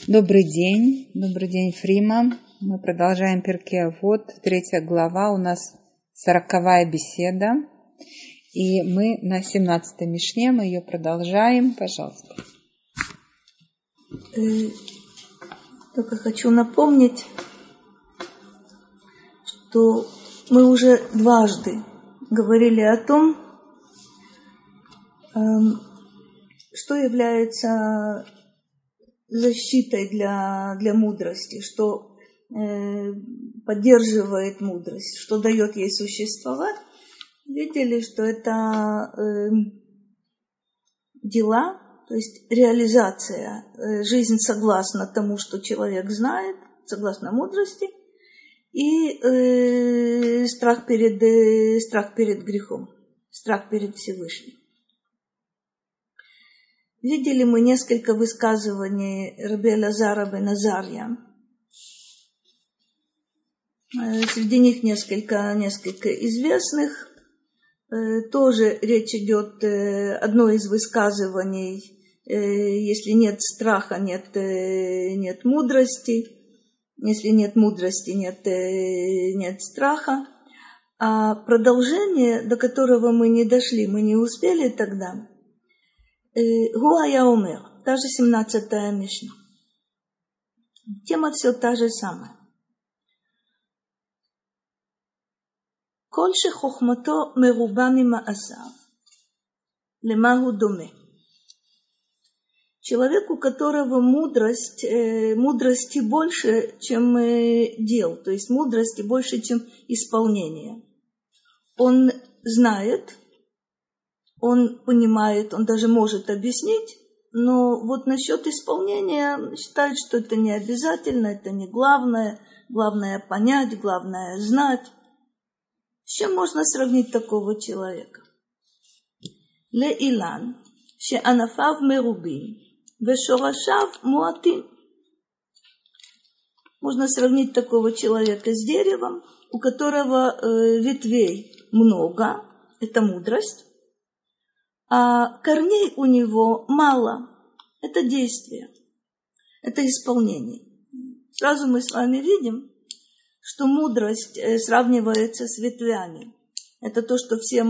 Добрый день, Фрима. Мы продолжаем Перкей Авот, 3 глава, у нас 40-я беседа. И мы на 17-й мишне, мы ее продолжаем. Пожалуйста. Только хочу напомнить, что мы уже дважды говорили о том, что является защитой для мудрости, что поддерживает мудрость, что дает ей существовать. Видели, что это дела, то есть реализация, жизнь согласно тому, что человек знает, согласно мудрости, и страх перед грехом, страх перед Всевышним. Видели мы несколько высказываний Раби Элазара бен Азарья. Среди них несколько известных. Тоже речь идет, одно из высказываний, если нет страха, нет мудрости. Если нет мудрости, нет страха. А продолжение, до которого мы не дошли, мы не успели тогда, Гуая умер, та же 17-я мишна. Тема все та же самая. Коль шехохмато меруба мимаасав, лемаху доме. Человек, у которого мудрости больше, чем дел, то есть мудрости больше, чем исполнение. Он знает, он понимает, он даже может объяснить, но вот насчет исполнения считает, что это не обязательно, это не главное. Главное понять, главное знать. С чем можно сравнить такого человека? Леилан, шеанафав мерубим, вешорашав муатин. Можно сравнить такого человека с деревом, у которого ветвей много, это мудрость, а корней у него мало, это действие, это исполнение. Сразу мы с вами видим, что мудрость сравнивается с ветвями. Это то, что все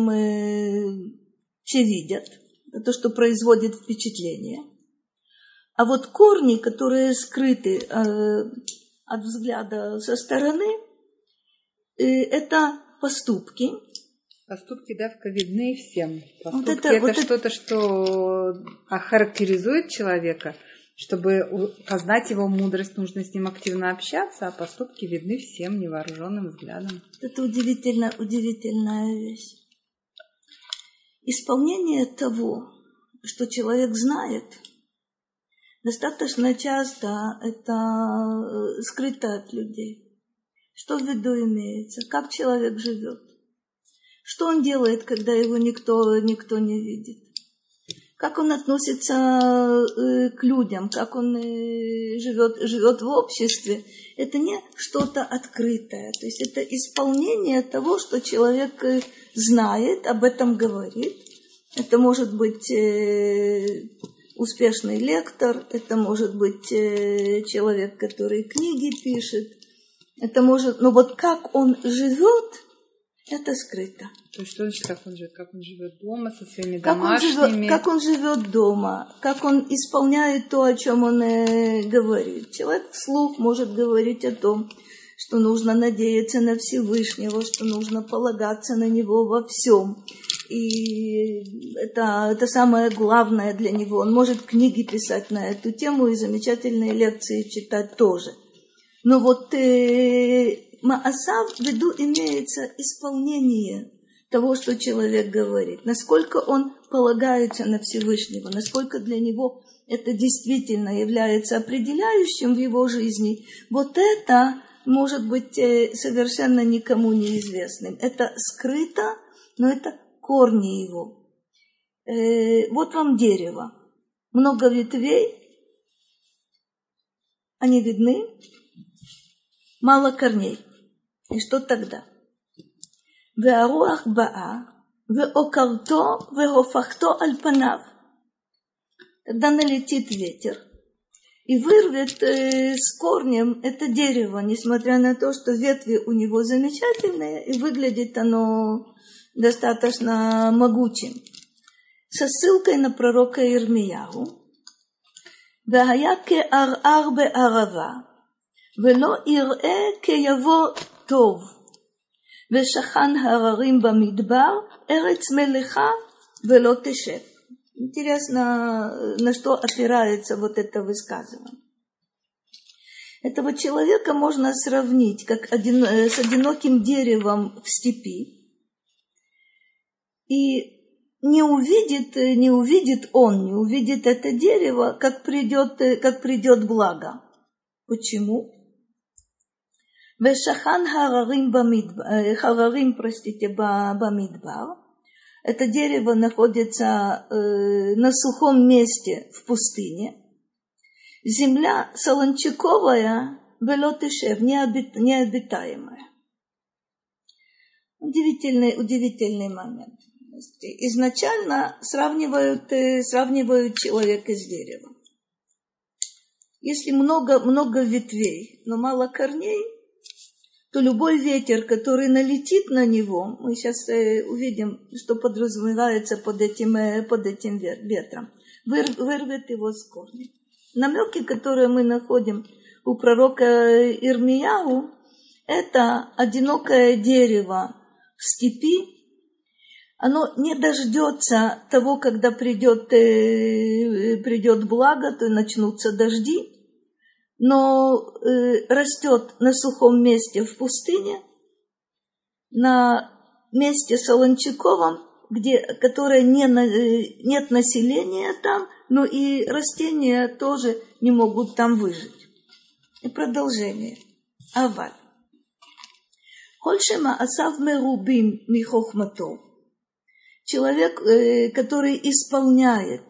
видят, это то, что производит впечатление. А вот корни, которые скрыты от взгляда со стороны, это поступки. Поступки, видны всем. Поступки это что-то, что охарактеризует человека. Чтобы познать его мудрость, нужно с ним активно общаться, а поступки видны всем невооруженным взглядом. Это удивительная вещь. Исполнение того, что человек знает, достаточно часто это скрыто от людей. Что в виду имеется? Как человек живет? Что он делает, когда его никто не видит? Как он относится к людям, как он живет в обществе? Это не что-то открытое. То есть это исполнение того, что человек знает, об этом говорит. Это может быть успешный лектор, это может быть человек, который книги пишет. Это может, но вот как он живет, это скрыто. То есть как он живет дома со своими домашними. Как он живет дома, как он исполняет то, о чем он говорит. Человек вслух может говорить о том, что нужно надеяться на Всевышнего, что нужно полагаться на Него во всем. И это самое главное для него. Он может книги писать на эту тему и замечательные лекции читать тоже. Но вот маасав в виду имеется исполнение того, что человек говорит. Насколько он полагается на Всевышнего, насколько для него это действительно является определяющим в его жизни. Вот это может быть совершенно никому неизвестным. Это скрыто, но это корни его. Вот вам дерево. Много ветвей, они видны, мало корней. И что тогда? והרוח באה, ועוקרתו והופכתו על פניו. Тогда налетит ветер и вырвет с корнем это дерево, несмотря на то, что ветви у него замечательные, и выглядит оно достаточно могучим. Со ссылкой на пророка Ирмияу. והיה כערער בערבה, ולא יראה כיבוא טוב, ושכן הררים במדבר, ארץ מלחה ולא תשב. Интересно, на что опирается вот это высказывание. Этого человека можно сравнить как с одиноким деревом в степи, и не увидит это дерево, как придет благо. Почему? Вешахан харарим бамидбар. Это дерево находится на сухом месте в пустыне. Земля солончаковая, велотышев, необитаемая. Удивительный момент. Изначально сравнивают человека с деревом. Если много ветвей, но мало корней, то любой ветер, который налетит на него, мы сейчас увидим, что подразумевается под этим ветром, вырвет его с корня. Намеки, которые мы находим у пророка Ирмияу, это одинокое дерево в степи. Оно не дождется того, когда придет благо, то начнутся дожди, но растет на сухом месте в пустыне, на месте солончаковом, которое нет населения там, но и растения тоже не могут там выжить. И продолжение. Аваль. Хольшема асав мерубим михохмато. Человек, который исполняет.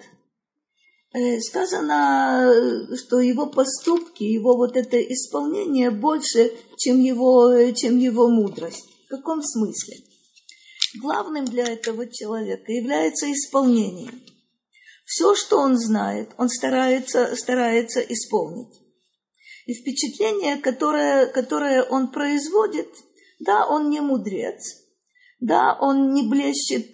Сказано, что его поступки, его вот это исполнение больше, чем его мудрость. В каком смысле? Главным для этого человека является исполнение. Все, что он знает, он старается исполнить. И впечатление, которое он производит, да, он не мудрец, да, он не блещет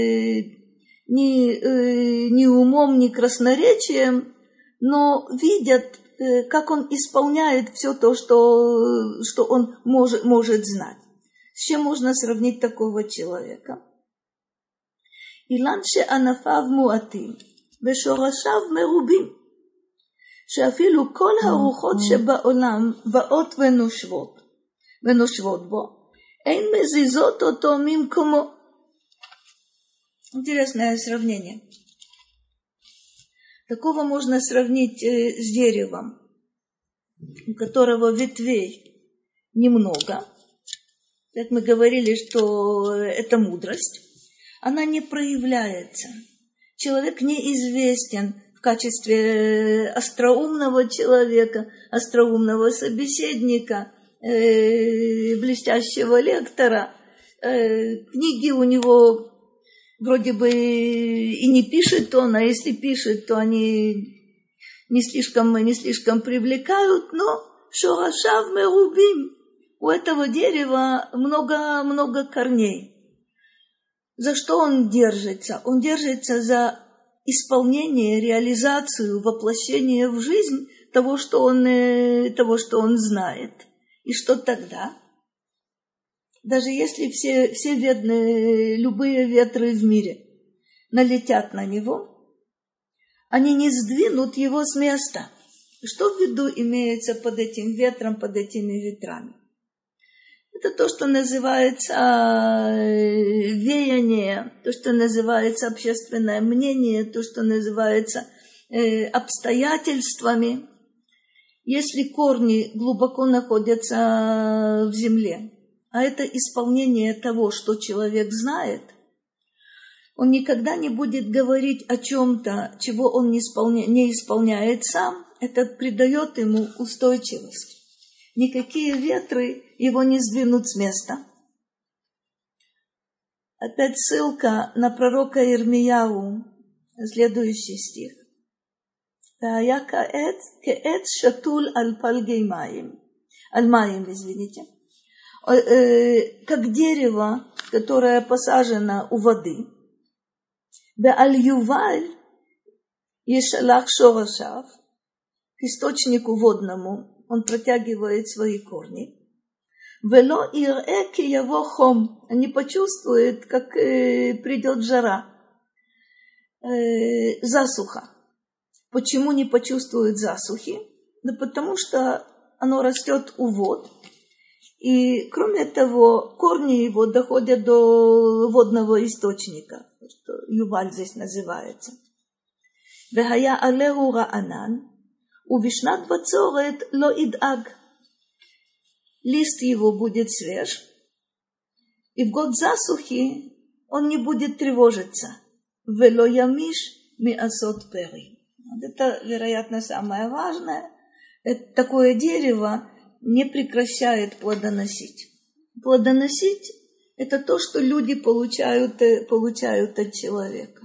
ни умом, ни красноречием, но видят, как он исполняет все то, что он может знать. С чем можно сравнить такого человека? Илан she'anafav mu'atim ve'shorashav merubim she'afilu kol haruchot she'ba'olam ba'ot ve'noshvot bo ein mezizot oto mimkomo. Интересное сравнение. Такого можно сравнить с деревом, у которого ветвей немного. Как мы говорили, что это мудрость. Она не проявляется. Человек неизвестен в качестве остроумного человека, остроумного собеседника, блестящего лектора. Книги у него вроде бы и не пишет он, а если пишет, то они не слишком привлекают, но шорашав мерубим. У этого дерева много корней. За что он держится? Он держится за исполнение, реализацию, воплощение в жизнь того, что он знает. И что тогда? Даже если все любые ветры в мире налетят на него, они не сдвинут его с места. Что в виду имеется под этим ветром, под этими ветрами? Это то, что называется веяние, то, что называется общественное мнение, то, что называется обстоятельствами. Если корни глубоко находятся в земле, а это исполнение того, что человек знает, он никогда не будет говорить о чем-то, чего он не исполняет сам. Это придает ему устойчивость. Никакие ветры его не сдвинут с места. Опять ссылка на пророка Ирмияу, следующий стих. והיה כעץ שתול על פלגי מים, על מים, извините, как дерево, которое посажено у воды, ועל יובל ישלח שורשיו, к источнику водному он протягивает свои корни, ולא יראה כי יבוא חום, не почувствует, как придет жара, засуха. Почему не почувствует засухи? Да потому что оно растет у вод. И кроме того, корни его доходят до водного источника, что Юваль здесь называется. Вехая алеху раанан, увишнат бацорет ло идаг. Лист его будет свеж, и в год засухи он не будет тревожиться. Вело ямиш ми асот пери. Это, вероятно, самое важное. Это такое дерево не прекращает плодоносить. Плодоносить – это то, что люди получают от человека.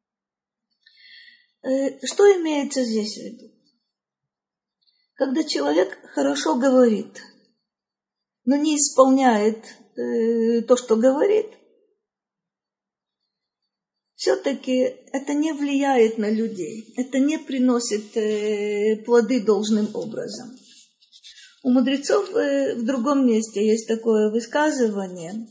Что имеется здесь в виду? Когда человек хорошо говорит, но не исполняет то, что говорит, все-таки это не влияет на людей, это не приносит плоды должным образом. У мудрецов в другом месте есть такое высказывание,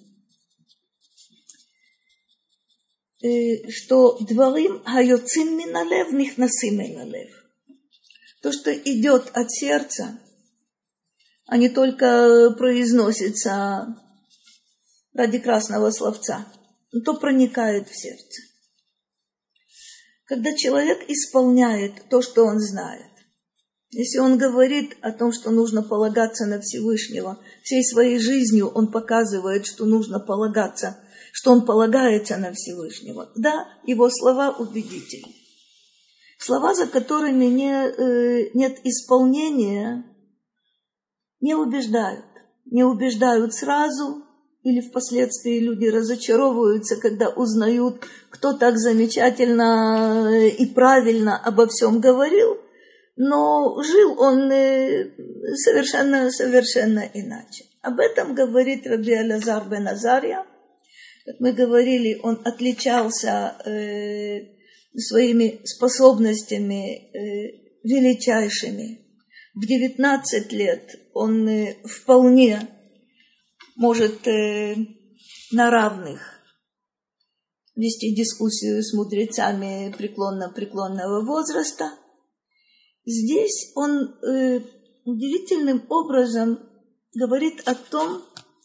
что дворим хайоцим миналев нихнасим элалев. То, что идет от сердца, а не только произносится ради красного словца, то проникает в сердце. Когда человек исполняет то, что он знает, если он говорит о том, что нужно полагаться на Всевышнего, всей своей жизнью он показывает, что нужно полагаться, что он полагается на Всевышнего, да, его слова убедительны. Слова, за которыми нет исполнения, не убеждают. Не убеждают сразу, или впоследствии люди разочаровываются, когда узнают, кто так замечательно и правильно обо всем говорил, но жил он совершенно иначе. Об этом говорит Раби Элазар бен Азарья. Как мы говорили, он отличался своими способностями величайшими. В 19 лет он вполне может на равных вести дискуссию с мудрецами преклонного возраста. Здесь он удивительным образом говорит о том,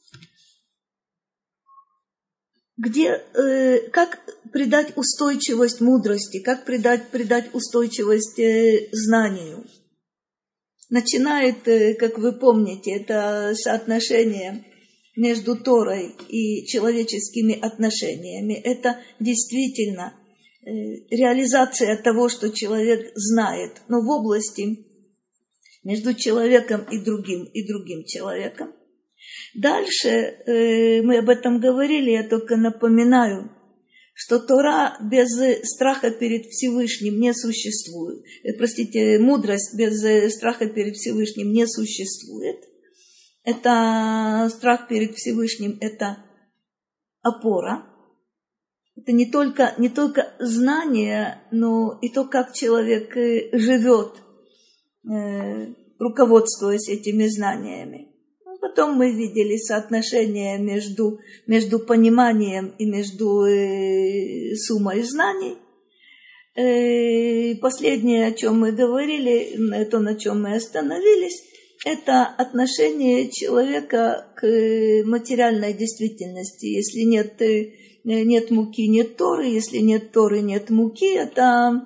как придать устойчивость мудрости, как придать устойчивость знанию. Начинает, как вы помните, это соотношение между Торой и человеческими отношениями. Это действительно реализация того, что человек знает, но в области между человеком и другим человеком. Дальше мы об этом говорили, я только напоминаю, что Тора без страха перед Всевышним не существует. Мудрость без страха перед Всевышним не существует. Это страх перед Всевышним, это опора. Это не только знание, но и то, как человек живет, руководствуясь этими знаниями. Потом мы видели соотношение между пониманием и между суммой знаний. Последнее, о чем мы говорили, то, на чем мы остановились, это отношение человека к материальной действительности. Если нет муки, нет Торы, если нет Торы, нет муки. Это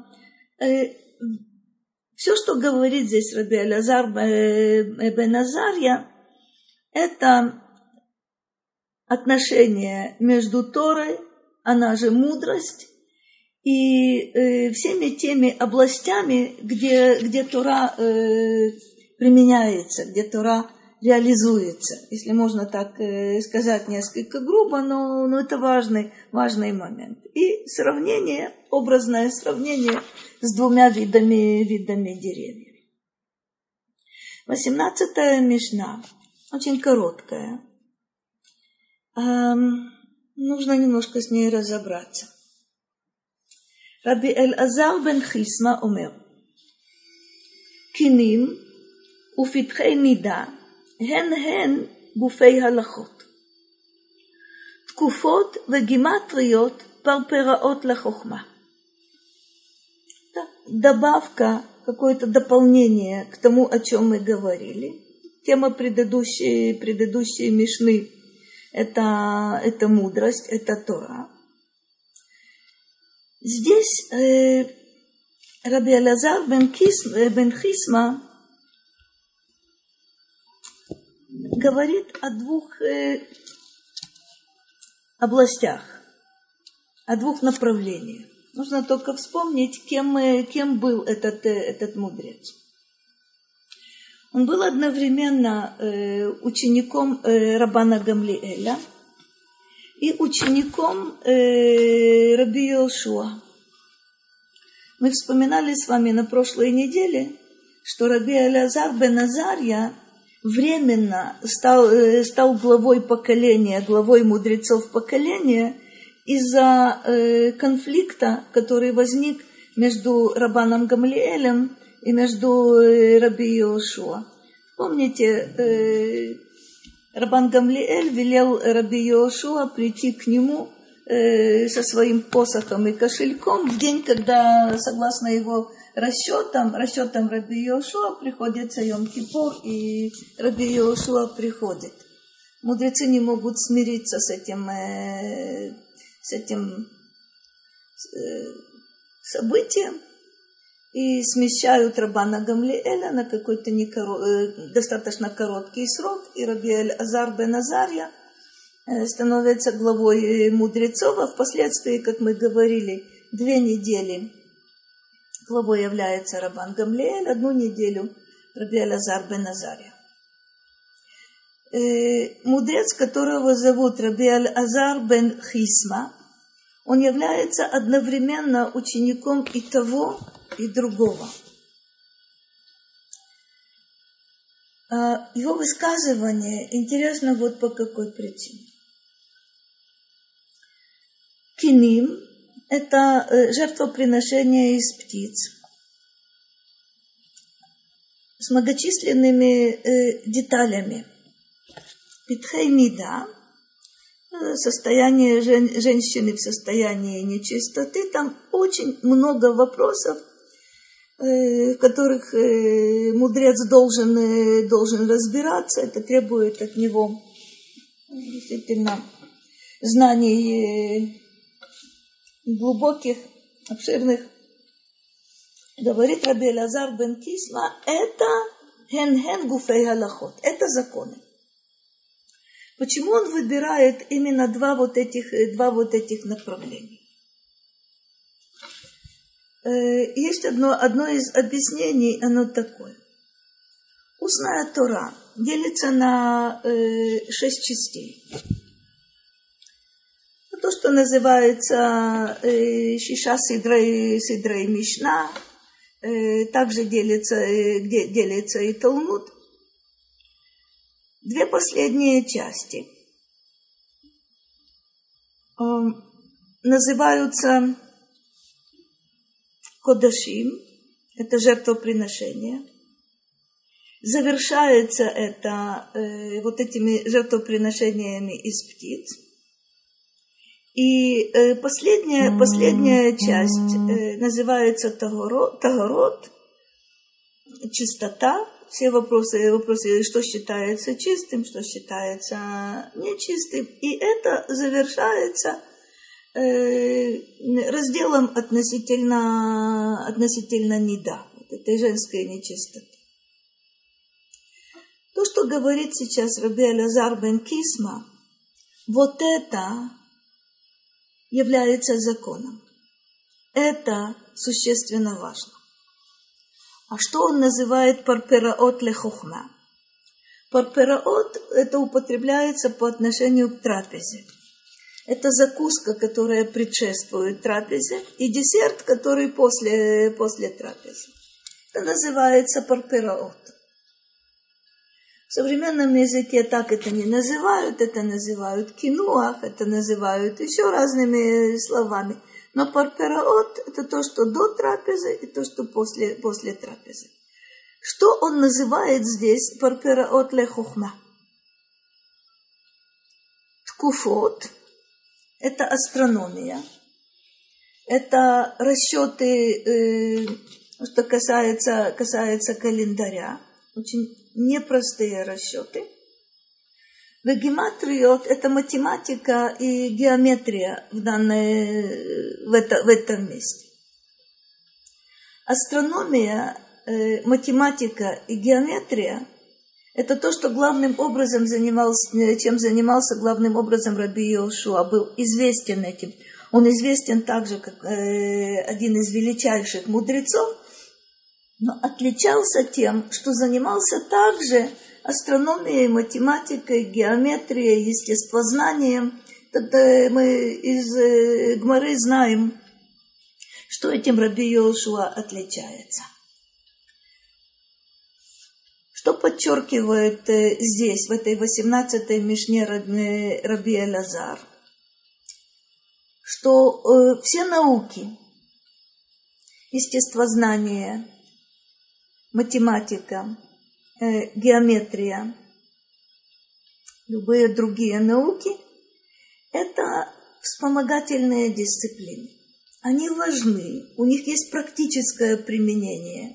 все, что говорит здесь Раби Элазар бен Азарья, это отношение между Торой, она же мудрость, и всеми теми областями, где Тора применяется, где Тора реализуется. Если можно так сказать несколько грубо, но это важный момент. И сравнение, образное сравнение с двумя видами деревьев. 18-я Мишна, очень короткая. Нужно немножко с ней разобраться. Раби Элазар бен Хисма омер, קינים ופתחי נידה הן גופי הלכות. תקופות וגימטריות פרפראות לחוכמה. Добавка, какое-то дополнение к тому, о чем мы говорили. Тема предыдущей Мишны – это мудрость, это Тора. Здесь Раби Элазар бен Хисма говорит о двух областях, о двух направлениях. Нужно только вспомнить, кем был этот мудрец. Он был одновременно учеником Раббана Гамлиэля и учеником Раби Йошуа. Мы вспоминали с вами на прошлой неделе, что Раби Элазар бен Азарья временно стал главой поколения, главой мудрецов поколения из-за конфликта, который возник между Раббаном Гамлиэлем и между Раби Йошуа. Помните, Раббан Гамлиэль велел Раби Йошуа прийти к нему со своим посохом и кошельком в день, когда, согласно его расчетам Раби Йошуа приходится Йом-Кипур, и Раби Йошуа приходит. Мудрецы не могут смириться с этим событием и смещают Раббана Гамлиэля на какой-то достаточно короткий срок, и Раби Элазар бен Азарья становится главой мудрецов, а впоследствии, как мы говорили, 2 недели главой является Раббан Гамлиэль, 1 неделю Раби Элазар бен Азарья. Мудрец, которого зовут Раби Элазар бен Хисма, он является одновременно учеником и того, и другого. Его высказывание интересно вот по какой причине. Киним – это жертвоприношение из птиц с многочисленными деталями. Питхей нида – состояние женщины в состоянии нечистоты. Там очень много вопросов, в которых мудрец должен разбираться. Это требует от него действительно знаний глубоких, обширных. Говорит Раби Элазар бен Хисма, это хен гуфей галахот, это законы. Почему он выбирает именно два вот этих направления? Есть одно из объяснений, оно такое. Устная Тора делится на 6 частей. То, что называется Шиша Сидрей Мишна, также делится и Талмуд. 2 последние части называются Кодашим, это жертвоприношение. Завершается это вот этими жертвоприношениями из птиц. И последняя часть называется Тагорот, чистота. Все вопросы, что считается чистым, что считается нечистым. И это завершается разделом относительно нида, вот этой женской нечистоты. То, что говорит сейчас Раби Элазар бен Хисма, вот это является законом. Это существенно важно. А что он называет парпераот ле хохма? Парпераот это употребляется по отношению к трапезе. Это закуска, которая предшествует трапезе, и десерт, который после трапезы. Это называется парпераот. В современном языке так это не называют, это называют кинуах, это называют еще разными словами. Но парпераот это то, что до трапезы, и то, что после трапезы. Что он называет здесь парпераот ле-хохма? Ткуфот – это астрономия, это расчеты, что касается календаря, очень непростые расчеты. Гематриот – это математика и геометрия в этом месте. Астрономия, математика и геометрия – это то, что чем занимался главным образом Раби Йошуа, был известен этим. Он известен также как один из величайших мудрецов, но отличался тем, что занимался также астрономией, математикой, геометрией, естествознанием. Тогда мы из Гмары знаем, что этим Раби Йошуа отличается. Что подчеркивает здесь, в этой 18-й Мишне Раби Элазар? Что все науки, естествознание, математика, геометрия, любые другие науки – это вспомогательные дисциплины. Они важны, у них есть практическое применение.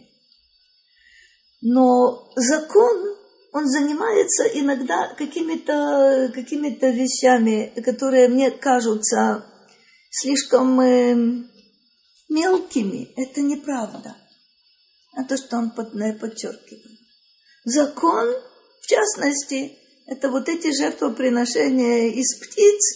Но закон, он занимается иногда какими-то вещами, которые мне кажутся слишком мелкими. Это неправда. А то, что он подчеркивает. Закон, в частности, это вот эти жертвоприношения из птиц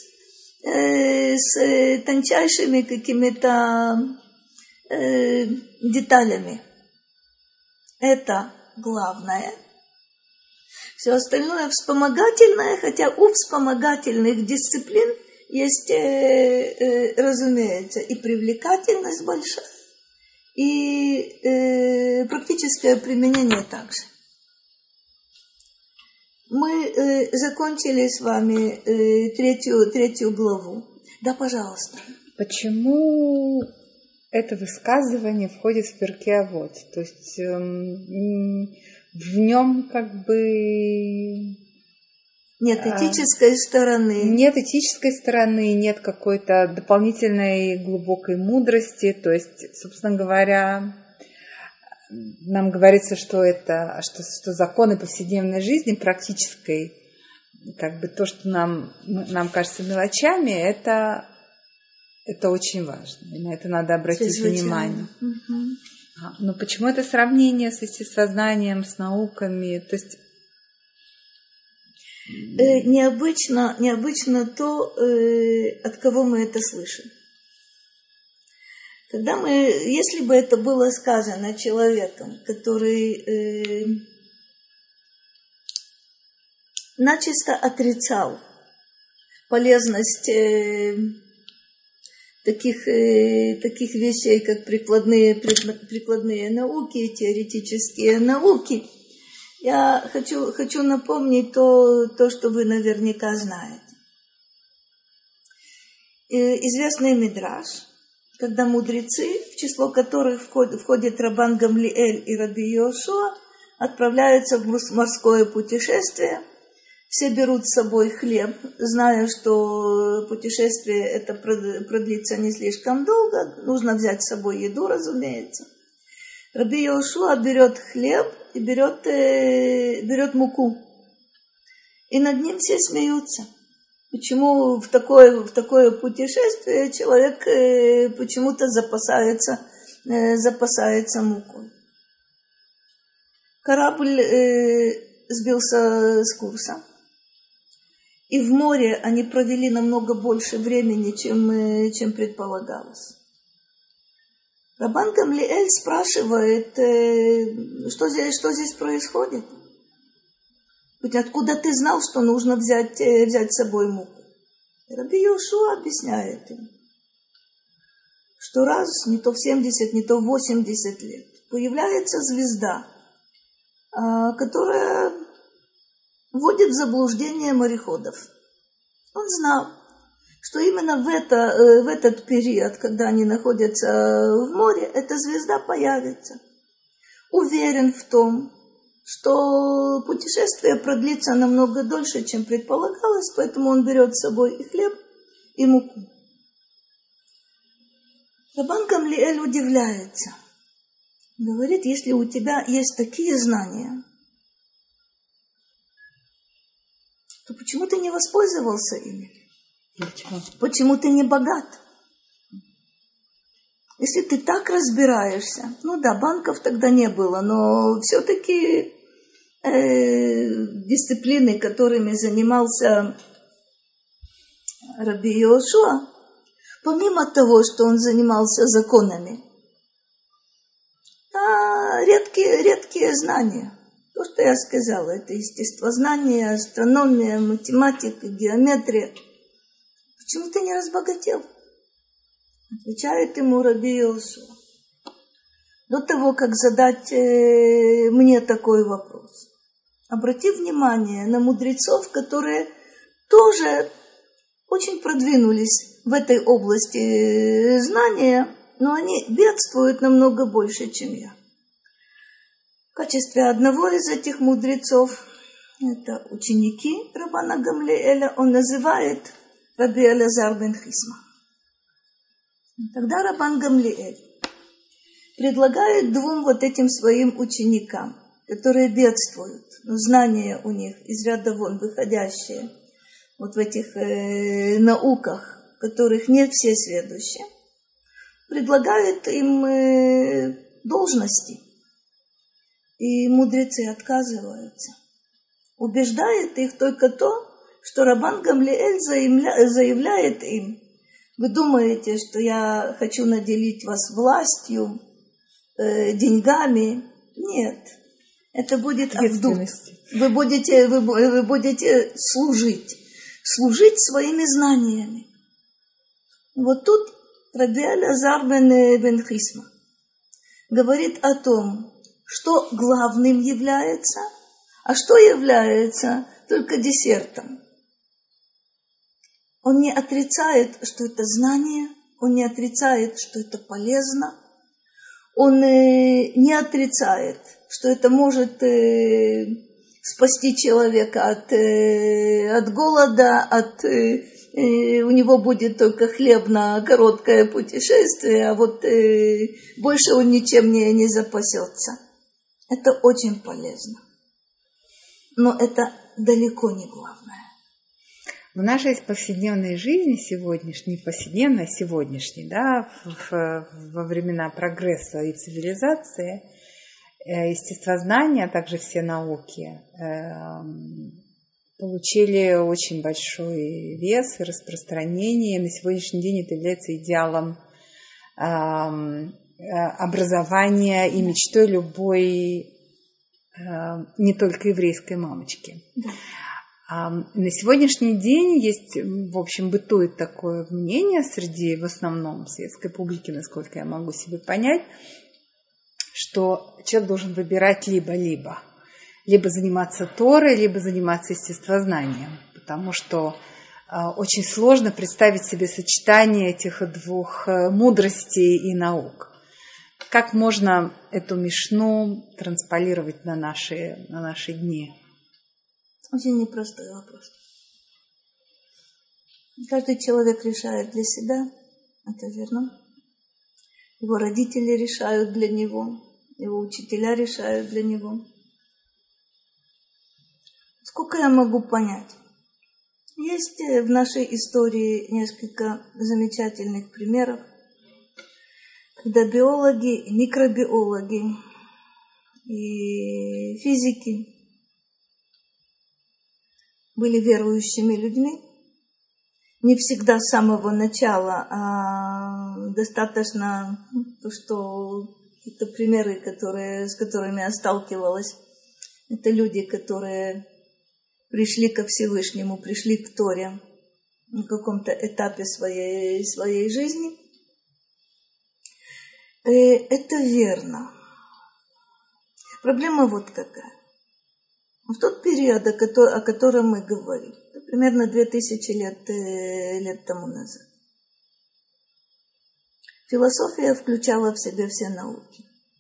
с тончайшими какими-то деталями. Это главное. Все остальное вспомогательное, хотя у вспомогательных дисциплин есть, разумеется, и привлекательность большая, и практическое применение также. Мы закончили с вами третью главу. Да, пожалуйста. Почему это высказывание входит в Перкей Авот? То есть в нем как бы... Нет этической стороны. Нет этической стороны, нет какой-то дополнительной глубокой мудрости. То есть, собственно говоря, нам говорится, что законы повседневной жизни, практической, как бы то, что нам кажется мелочами, это очень важно. И на это надо обратить внимание. Угу. Но почему это сравнение с естествознанием, с науками? То есть необычно то, от кого мы это слышим. Если бы это было сказано человеком, который начисто отрицал полезность таких вещей, как прикладные науки, теоретические науки, я хочу напомнить то, что вы наверняка знаете. Известный мидраш, когда мудрецы, в число которых входит Рабан Гамлиэль и Раби Йошуа, отправляются в морское путешествие. Все берут с собой хлеб, зная, что путешествие это продлится не слишком долго. Нужно взять с собой еду, разумеется. Раби Йошуа берет хлеб и берет муку. И над ним все смеются. Почему в такое путешествие человек почему-то запасается мукой? Корабль сбился с курса. И в море они провели намного больше времени, чем предполагалось. Рабан Гамлиэль спрашивает, что здесь происходит. Откуда ты знал, что нужно взять с собой муку? Раби Йошуа объясняет им, что раз, не то в 70, не то в 80 лет, появляется звезда, которая вводит в заблуждение мореходов. Он знал, что именно в этот период, когда они находятся в море, эта звезда появится. Уверен в том, что путешествие продлится намного дольше, чем предполагалось, поэтому он берет с собой и хлеб, и муку. Рабан Гамлиэль удивляется. Говорит, если у тебя есть такие знания, то почему ты не воспользовался ими? Почему ты не богат? Если ты так разбираешься, банков тогда не было, но все-таки дисциплины, которыми занимался Раби Йошуа, помимо того, что он занимался законами, редкие знания. То, что я сказала, это естествознание, астрономия, математика, геометрия. Почему ты не разбогател? Отвечает ему Раби Йошуа. До того, как задать мне такой вопрос, обрати внимание на мудрецов, которые тоже очень продвинулись в этой области знания, но они бедствуют намного больше, чем я. В качестве одного из этих мудрецов, это ученики Рабана Гамлиэля, он называет Раби Элиазар бен Хисма. Тогда Рабан Гамлиэль предлагает двум этим своим ученикам, которые бедствуют, но знания у них из ряда вон выходящие, в этих науках, в которых нет всесведущие, предлагает им должности. И мудрецы отказываются. Убеждает их только то, что Рабан Гамлиэль заявляет им: вы думаете, что я хочу наделить вас властью, деньгами? Нет, это будет авдут. Вы будете служить своими знаниями. Тут Раби Элиазар бен Хисма говорит о том, что главным является, а что является только десертом. Он не отрицает, что это знание, он не отрицает, что это полезно, он не отрицает, что это может спасти человека от голода, у него будет только хлеб на короткое путешествие, а больше он ничем не запасется. Это очень полезно. Но это далеко не главное. В нашей повседневной жизни сегодняшней, во времена прогресса и цивилизации, естествознание, а также все науки получили очень большой вес и распространение. На сегодняшний день это является идеалом образования и мечтой любой, не только еврейской мамочки. На сегодняшний день есть, в общем, бытует такое мнение среди, в основном, светской публики, насколько я могу себе понять, что человек должен выбирать либо заниматься Торой, либо заниматься естествознанием, потому что очень сложно представить себе сочетание этих двух мудростей и наук. Как можно эту мишну трансполировать на наши дни? Очень непростой вопрос. Каждый человек решает для себя, это верно. Его родители решают для него, его учителя решают для него. Сколько я могу понять? Есть в нашей истории несколько замечательных примеров, когда биологи, и микробиологи и физики были верующими людьми. Не всегда с самого начала, а достаточно то, что это примеры, с которыми я сталкивалась. Это люди, которые пришли ко Всевышнему, пришли к Торе на каком-то этапе своей жизни. Это верно. Проблема вот какая. В тот период, о котором мы говорим, примерно 2000 лет тому назад, философия включала в себя все науки.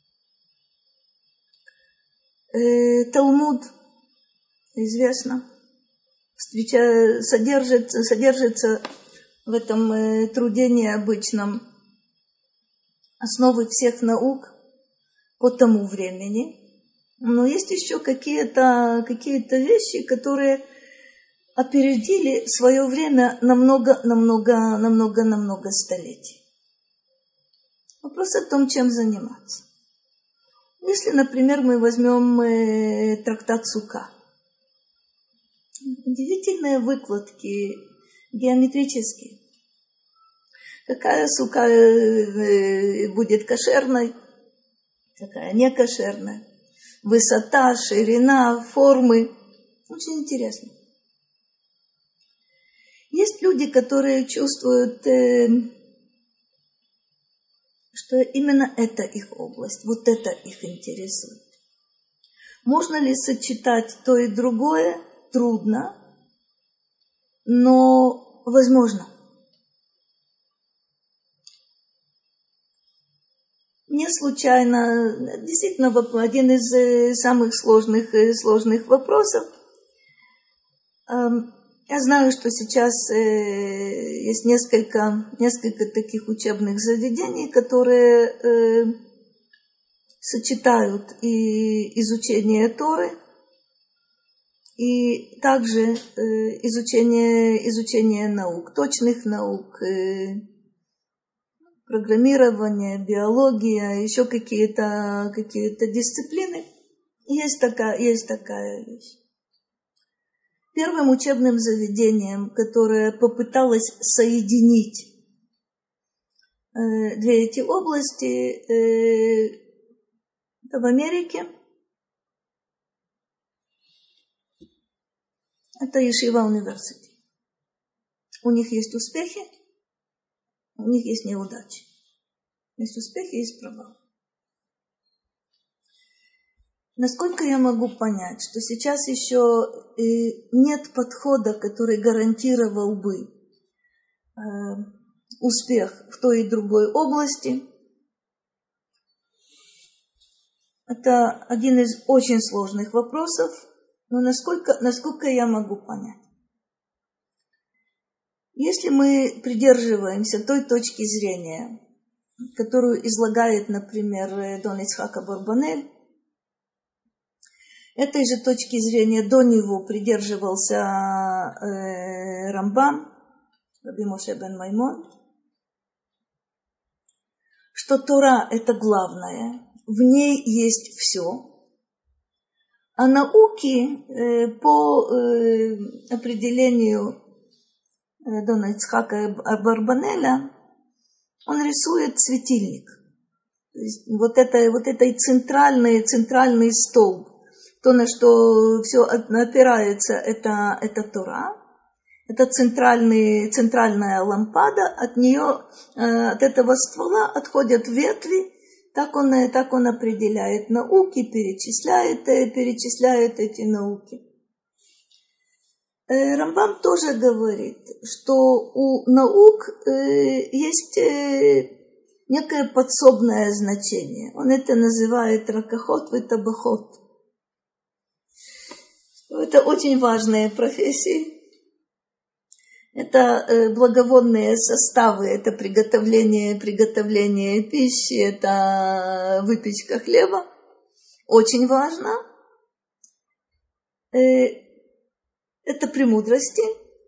Талмуд, известно, содержится в этом труде необычном основы всех наук по тому времени. Но есть еще какие-то вещи, которые опередили свое время на много столетий. Вопрос о том, чем заниматься. Если, например, мы возьмем трактат Сука, удивительные выкладки геометрические. Какая сука будет кошерной, какая не кошерная. Высота, ширина, формы. Очень интересно. Есть люди, которые чувствуют, что именно это их область, вот это их интересует. Можно ли сочетать то и другое? Трудно, но возможно. Не случайно, действительно, один из самых сложных вопросов. Я знаю, что сейчас есть несколько таких учебных заведений, которые сочетают и изучение Торы, и также изучение наук, точных наук, программирование, биология, еще какие-то дисциплины. Есть такая вещь. Первым учебным заведением, которое попыталось соединить две эти области, в Америке, это Ешива университет. У них есть успехи, у них есть неудачи. Есть успехи, есть провал. Насколько я могу понять, что сейчас еще нет подхода, который гарантировал бы успех в той и другой области. Это один из очень сложных вопросов, но насколько я могу понять. Если мы придерживаемся той точки зрения, которую излагает, например, Дон Ицхак Абарбанель, этой же точки зрения до него придерживался Рамбам, Раби Моше бен Маймон, что Тора – это главное, в ней есть все, а науки по определению Дона Ицхака Абарбанеля он рисует светильник. То есть вот это центральный столб. То, на что все опирается, это Тора. Это центральная лампада. От нее, от этого ствола отходят ветви. Так он определяет науки, перечисляет эти науки. Рамбам тоже говорит, что у наук есть некое подсобное значение. Он это называет ракахот витабахот. Это очень важные профессии. Это благовонные составы, это приготовление пищи, это выпечка хлеба. Очень важно. Это премудрости.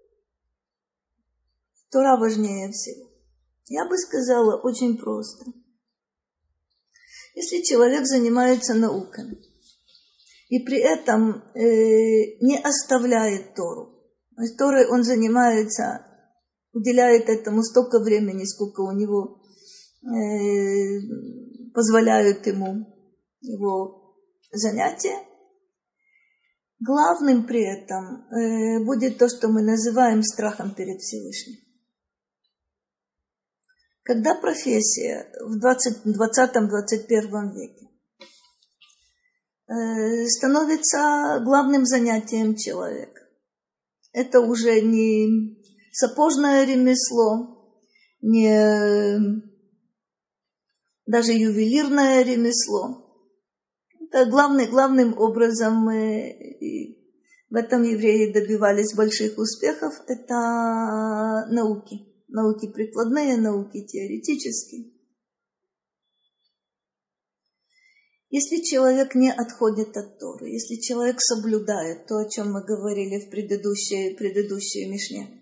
Тора важнее всего. Я бы сказала очень просто. Если человек занимается науками и при этом не оставляет Тору, то есть Торой он занимается, уделяет этому столько времени, сколько у него позволяют ему его занятия, Главным при этом будет то, что мы называем страхом перед Всевышним. Когда профессия в 20-21 веке становится главным занятием человека, это уже не сапожное ремесло, не даже ювелирное ремесло. Это главным образом в этом евреи добивались больших успехов. Это науки прикладные, науки теоретические. Если человек не отходит от Торы, если человек соблюдает то, о чем мы говорили в предыдущей Мишне,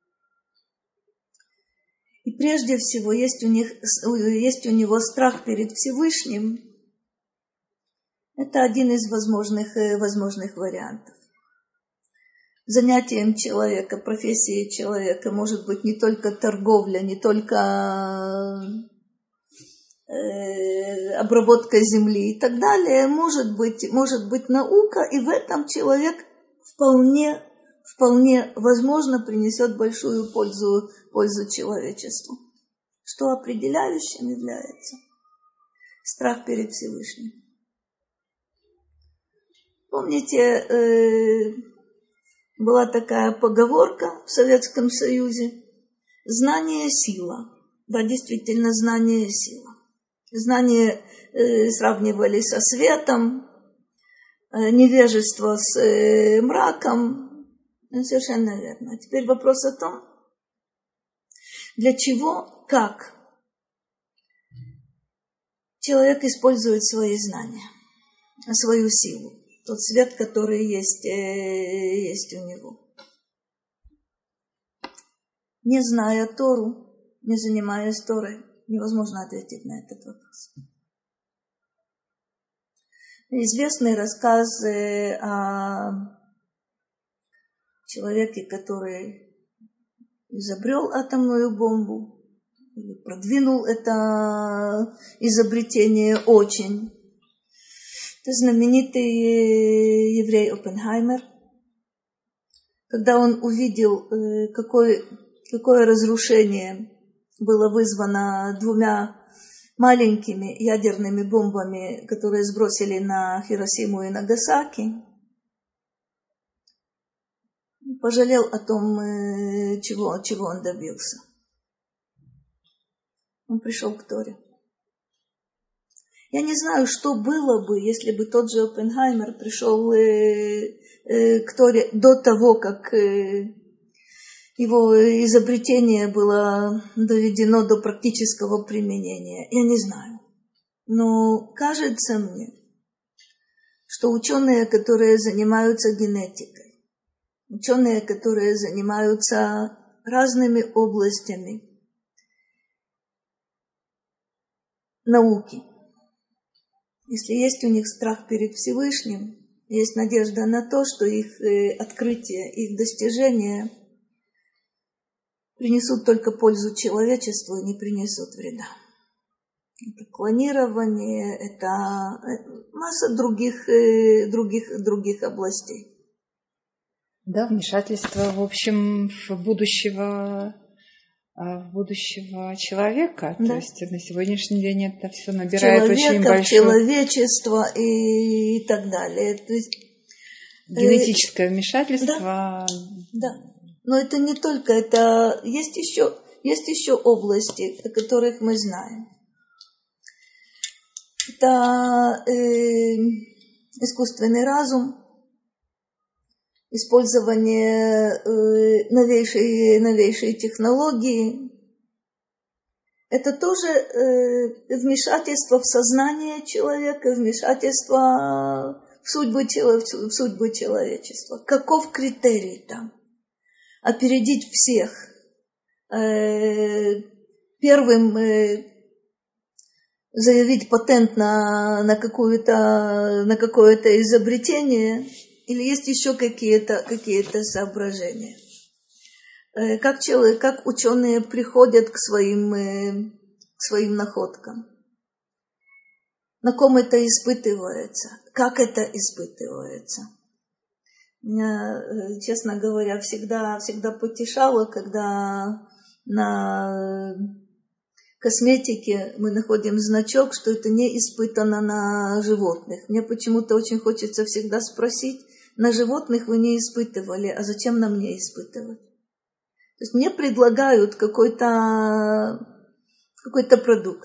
и прежде всего есть у него страх перед Всевышним, это один из возможных вариантов. Занятием человека, профессией человека может быть не только торговля, не только обработка земли и так далее, может быть наука, и в этом человек вполне возможно принесет большую пользу человечеству. Что определяющим является страх перед Всевышним. Помните, была такая поговорка в Советском Союзе: знание – сила. Да, действительно, знание – сила. Знание сравнивали со светом, невежество с мраком. Совершенно верно. А теперь вопрос о том, для чего, как человек использует свои знания, свою силу, тот свет, который есть у него. Не зная Тору, не занимаясь Торой, невозможно ответить на этот вопрос. Известный рассказ о человеке, который изобрел атомную бомбу, или продвинул это изобретение очень. Это знаменитый еврей Оппенгеймер. Когда он увидел, какое разрушение было вызвано 2 маленькими ядерными бомбами, которые сбросили на Хиросиму и Нагасаки, пожалел о том, чего он добился. Он пришел к Торе. Я не знаю, что было бы, если бы тот же Оппенгеймер пришел к Торе до того, как его изобретение было доведено до практического применения. Я не знаю. Но кажется мне, что ученые, которые занимаются генетикой, ученые, которые занимаются разными областями науки, если есть у них страх перед Всевышним, есть надежда на то, что их открытия, их достижения принесут только пользу человечеству и не принесут вреда. Это клонирование, это масса других областей. Да, вмешательство, в общем, в будущего человека. Да. То есть на сегодняшний день это все набирает очень большое... человечество и так далее. То есть, генетическое вмешательство. Да. Но это не только, это есть еще области, о которых мы знаем. Это искусственный разум, использование новейшей технологии. Это тоже вмешательство в сознание человека, вмешательство в судьбу человечества. Каков критерий там? Опередить всех, первым заявить патент на какое-то изобретение, или есть еще какие-то соображения? Как ученые приходят к своим находкам? На ком это испытывается? Как это испытывается? Меня, честно говоря, всегда потешало, когда на косметике мы находим значок, что это не испытано на животных. Мне почему-то очень хочется всегда спросить, на животных вы не испытывали, а зачем нам не испытывать? То есть мне предлагают какой-то продукт.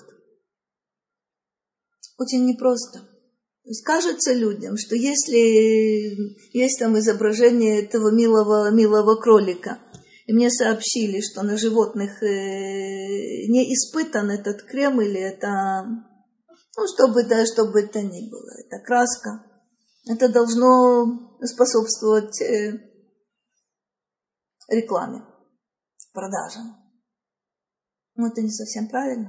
Очень непросто. То есть кажется людям, что если есть там изображение этого милого кролика, и мне сообщили, что на животных не испытан этот крем или это, чтобы это ни было, это краска, это должно способствовать рекламе, продажам. Но это не совсем правильно.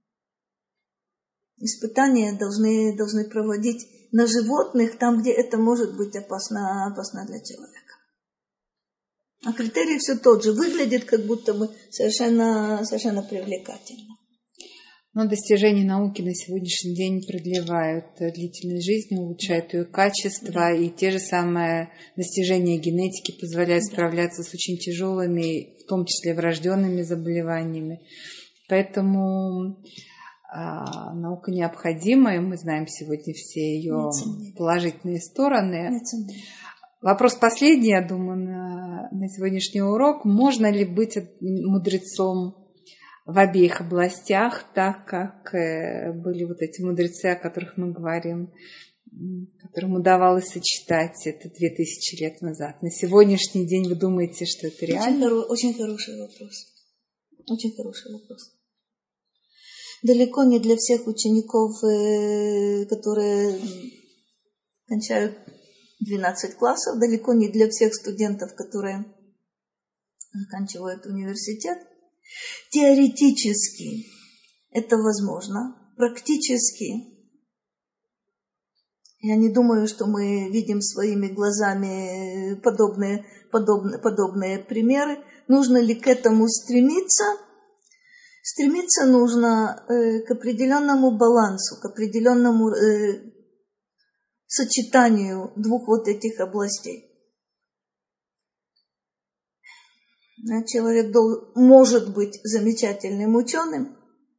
Испытания должны проводить на животных, там, где это может быть опасно для человека. А критерий все тот же. Выглядит как будто бы совершенно привлекательно. Но достижения науки на сегодняшний день продлевают длительность жизни, улучшают ее качество, да. И те же самые достижения генетики позволяют справляться с очень тяжелыми, в том числе врожденными заболеваниями. Поэтому наука необходима, и мы знаем сегодня все ее положительные стороны. Вопрос последний, я думаю, на сегодняшний урок. Можно ли быть мудрецом в обеих областях, так как были вот эти мудрецы, о которых мы говорим, которым удавалось сочетать это 2000 лет назад? На сегодняшний день вы думаете, что это реально? Очень хороший вопрос. Очень хороший вопрос. Далеко не для всех учеников, которые кончают 12 классов, далеко не для всех студентов, которые заканчивают университет. Теоретически это возможно, практически я не думаю, что мы видим своими глазами подобные примеры. Нужно ли к этому стремиться? Стремиться нужно к определенному балансу, к определенному сочетанию двух вот этих областей. Человек может быть замечательным ученым,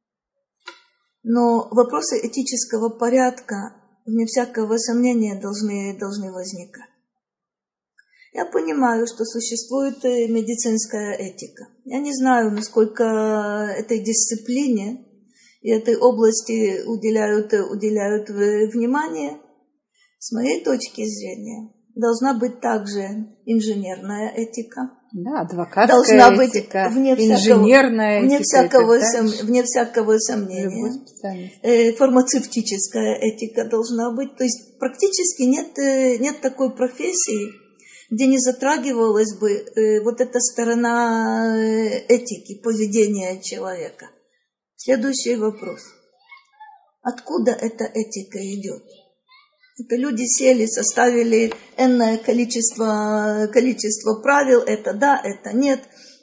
но вопросы этического порядка, вне всякого сомнения, должны возникать. Я понимаю, что существует медицинская этика. Я не знаю, насколько этой дисциплине и этой области уделяют внимание. С моей точки зрения, должна быть также инженерная этика. Да, адвокатская этика, инженерная этика. Вне всякого сомнения. Фармацевтическая этика должна быть. То есть практически нет такой профессии, где не затрагивалась бы вот эта сторона этики, поведения человека. Следующий вопрос. Откуда эта этика идет? Это люди сели, составили энное количество правил, это да, это нет.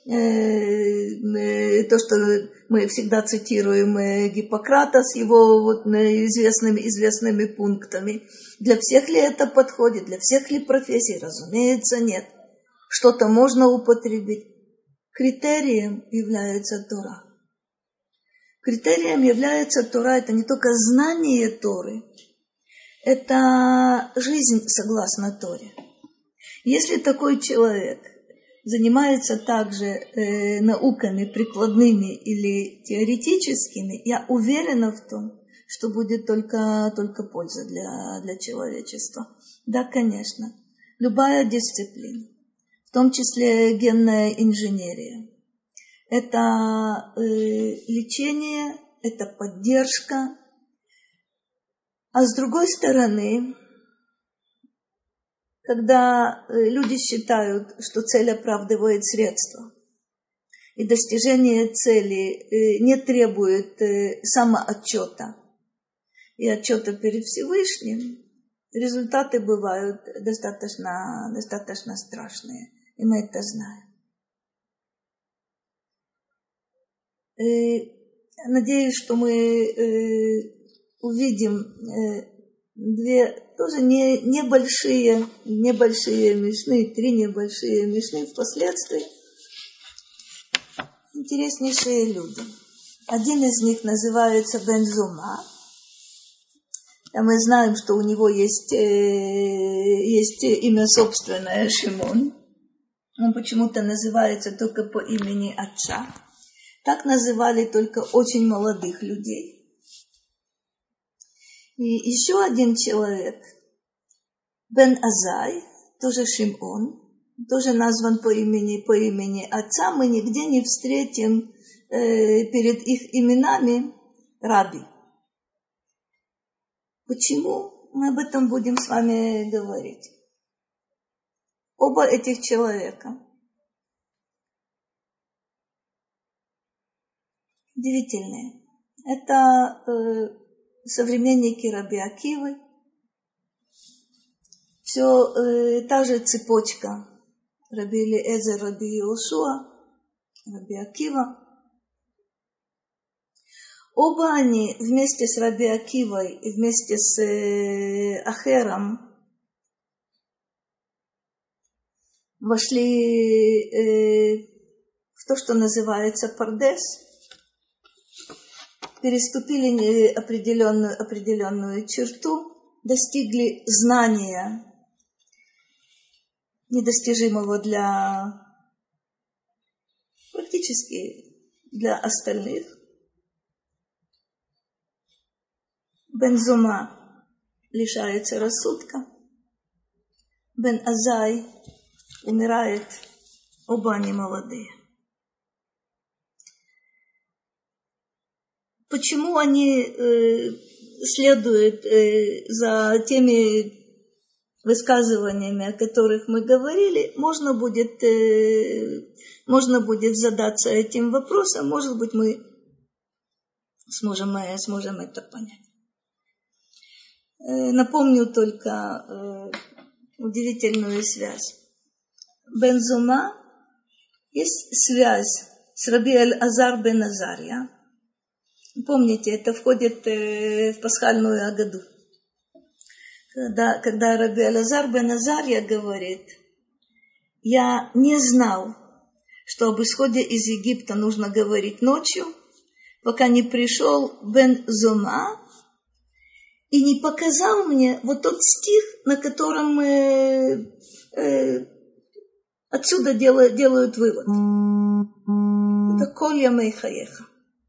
То, что мы всегда цитируем Гиппократа с его вот известными пунктами. Для всех ли это подходит? Для всех ли профессий? Разумеется, нет. Что-то можно употребить. Критерием является Тора. Критерием является Тора. Это не только знание Торы, это жизнь согласно Торе. Если такой человек занимается также науками прикладными или теоретическими, я уверена в том, что будет только польза для человечества. Да, конечно, любая дисциплина, в том числе генная инженерия, это лечение, это поддержка. А с другой стороны, когда люди считают, что цель оправдывает средства, и достижение цели не требует самоотчета и отчета перед Всевышним, результаты бывают достаточно страшные, и мы это знаем. Надеюсь, что мы увидим две тоже небольшие мишны, 3 небольшие мишны впоследствии. Интереснейшие люди. Один из них называется Бен Зума. А мы знаем, что у него есть имя собственное Шимон. Он почему-то называется только по имени отца. Так называли только очень молодых людей. И еще один человек, Бен Азай, тоже Шимон, тоже назван по имени отца. Мы нигде не встретим перед их именами Раби. Почему? Мы об этом будем с вами говорить. Оба этих человека удивительные. Это современники Раби Акивы. Все та же цепочка Раби Элиэзер, Раби Йошуа, Раби Акива. Оба они вместе с Раби Акивой и вместе с Ахером вошли в то, что называется Пардес, переступили определенную черту, достигли знания, недостижимого практически для остальных. Бен Зума лишается рассудка, Бен Азай умирает, оба они молодые. Почему они следуют за теми высказываниями, о которых мы говорили, можно будет задаться этим вопросом, может быть, мы сможем это понять. Напомню только удивительную связь. Бен Зума есть связь с Раби Эль-Азар бен Азарья. Помните, это входит в пасхальную агаду. Когда Раби Эль-Азар бен Азарья говорит: я не знал, что об исходе из Египта нужно говорить ночью, пока не пришел Бен Зума и не показал мне вот тот стих, на котором отсюда делают вывод. Это «Коль ямей хаеха».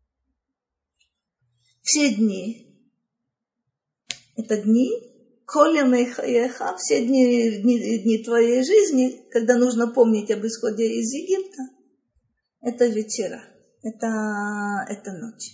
Все дни – это дни, «Коль ямей хаеха», все дни твоей жизни, когда нужно помнить об исходе из Египта, это вечера, это ночь.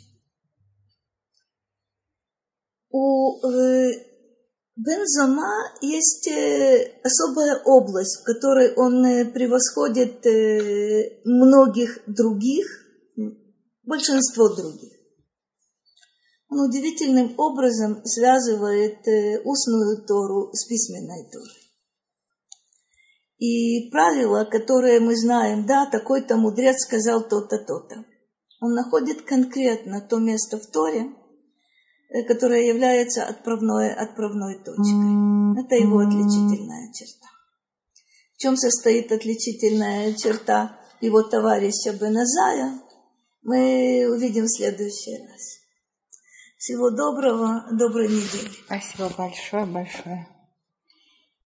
У Бен Зума есть особая область, в которой он превосходит многих других, большинство других. Он удивительным образом связывает устную Тору с письменной Торой. И правило, которое мы знаем, да, такой-то мудрец сказал то-то, то-то, он находит конкретно то место в Торе, которая является отправной точкой. Это его отличительная черта. В чем состоит отличительная черта его товарища Бен Азая, мы увидим в следующий раз. Всего доброго, доброй недели. Спасибо большое.